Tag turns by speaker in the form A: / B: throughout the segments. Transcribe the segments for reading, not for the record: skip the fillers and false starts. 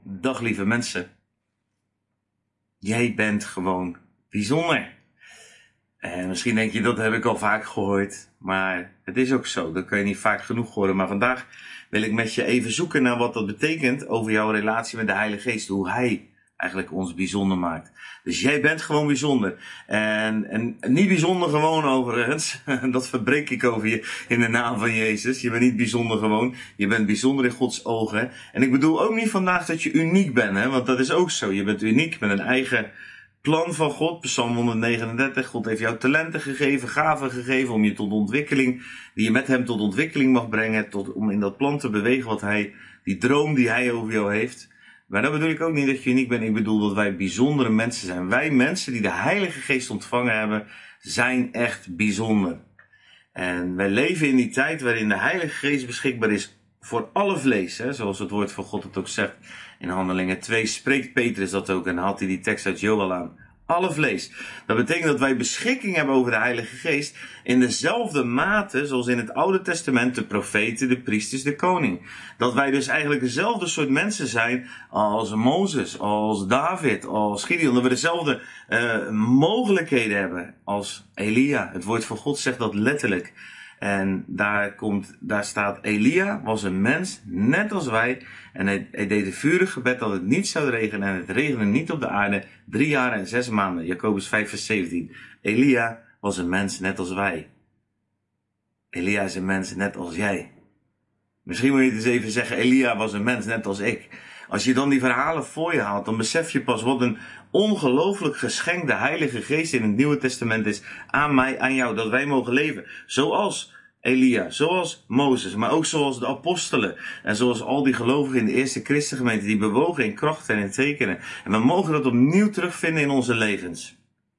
A: Dag lieve mensen. Jij bent gewoon bijzonder. En misschien denk je, dat heb ik al vaak gehoord. Maar het is ook zo, dat kan je niet vaak genoeg horen. Maar vandaag wil ik met je even zoeken naar wat dat betekent over jouw relatie met de Heilige Geest. Hoe Hij eigenlijk ons bijzonder maakt. Dus jij bent gewoon bijzonder. En niet bijzonder gewoon overigens. Dat verbreek ik over je in de naam van Jezus. Je bent niet bijzonder gewoon. Je bent bijzonder in Gods ogen. En ik bedoel ook niet vandaag dat je uniek bent. Hè? Want dat is ook zo. Je bent uniek met een eigen plan van God. Psalm 139. God heeft jou talenten gegeven, gaven gegeven om je tot ontwikkeling, die je met hem tot ontwikkeling mag brengen. Om in dat plan te bewegen wat die droom die hij over jou heeft. Maar dat bedoel ik ook niet dat je uniek bent. Ik bedoel dat wij bijzondere mensen zijn. Wij mensen die de Heilige Geest ontvangen hebben, zijn echt bijzonder. En wij leven in die tijd waarin de Heilige Geest beschikbaar is voor alle vlees. Hè? Zoals het woord van God het ook zegt. In Handelingen 2 spreekt Petrus dat ook en haalt hij die tekst uit Joël aan. Alle vlees. Dat betekent dat wij beschikking hebben over de Heilige Geest in dezelfde mate zoals in het Oude Testament de profeten, de priesters, de koning. Dat wij dus eigenlijk dezelfde soort mensen zijn als Mozes, als David, als Gideon. Dat we dezelfde mogelijkheden hebben als Elia. Het woord van God zegt dat letterlijk. En daar staat, Elia was een mens, net als wij. En hij deed een vurig gebed dat het niet zou regenen. En het regende niet op de aarde 3 jaar en 6 maanden. Jacobus 5 vers 17. Elia was een mens net als wij. Elia is een mens net als jij. Misschien moet je het eens even zeggen, Elia was een mens net als ik. Als je dan die verhalen voor je haalt, dan besef je pas wat een ongelooflijk geschenk de Heilige Geest in het Nieuwe Testament is aan mij, aan jou, dat wij mogen leven. Zoals Elia, zoals Mozes, maar ook zoals de apostelen. En zoals al die gelovigen in de eerste christengemeente die bewogen in krachten en in tekenen. En we mogen dat opnieuw terugvinden in onze levens.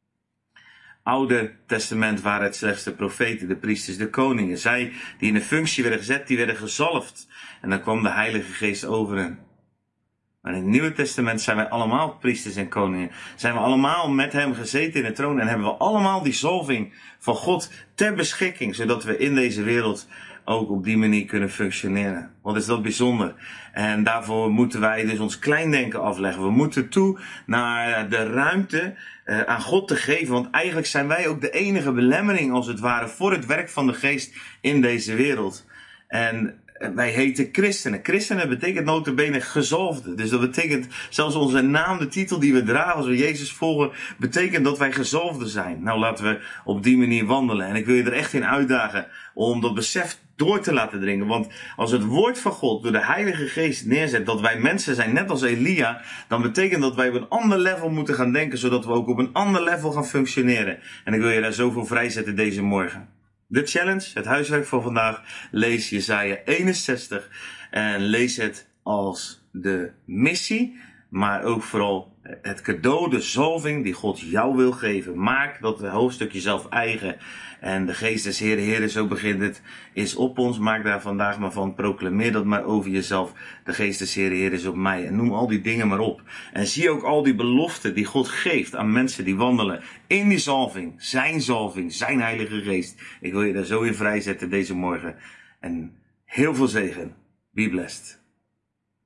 A: Oude Testament waren het slechts de profeten, de priesters, de koningen. Zij die in een functie werden gezet, die werden gezalfd. En dan kwam de Heilige Geest over hen. Maar in het Nieuwe Testament zijn wij allemaal priesters en koningen. Zijn we allemaal met hem gezeten in de troon. En hebben we allemaal die zalving van God ter beschikking. Zodat we in deze wereld ook op die manier kunnen functioneren. Wat is dat bijzonder. En daarvoor moeten wij dus ons kleindenken afleggen. We moeten toe naar de ruimte aan God te geven. Want eigenlijk zijn wij ook de enige belemmering als het ware voor het werk van de Geest in deze wereld. En wij heten christenen. Christenen betekent nota bene gezalfde. Dus dat betekent zelfs onze naam, de titel die we dragen als we Jezus volgen, betekent dat wij gezalfden zijn. Nou, laten we op die manier wandelen. En ik wil je er echt in uitdagen om dat besef door te laten dringen. Want als het woord van God door de Heilige Geest neerzet dat wij mensen zijn net als Elia, dan betekent dat wij op een ander level moeten gaan denken, zodat we ook op een ander level gaan functioneren. En ik wil je daar zoveel vrijzetten deze morgen. De challenge, het huiswerk van vandaag, lees Jesaja 61 en lees het als de missie, maar ook vooral het cadeau, de zalving die God jou wil geven. Maak dat hoofdstuk jezelf eigen en de geest des Heeren, zo begint het, is op ons. Maak daar vandaag maar van, proclameer dat maar over jezelf. De geest des Heeren is op mij en noem al die dingen maar op. En zie ook al die beloften die God geeft aan mensen die wandelen in die zalving, zijn Heilige Geest. Ik wil je daar zo in vrijzetten deze morgen en heel veel zegen. Be blessed.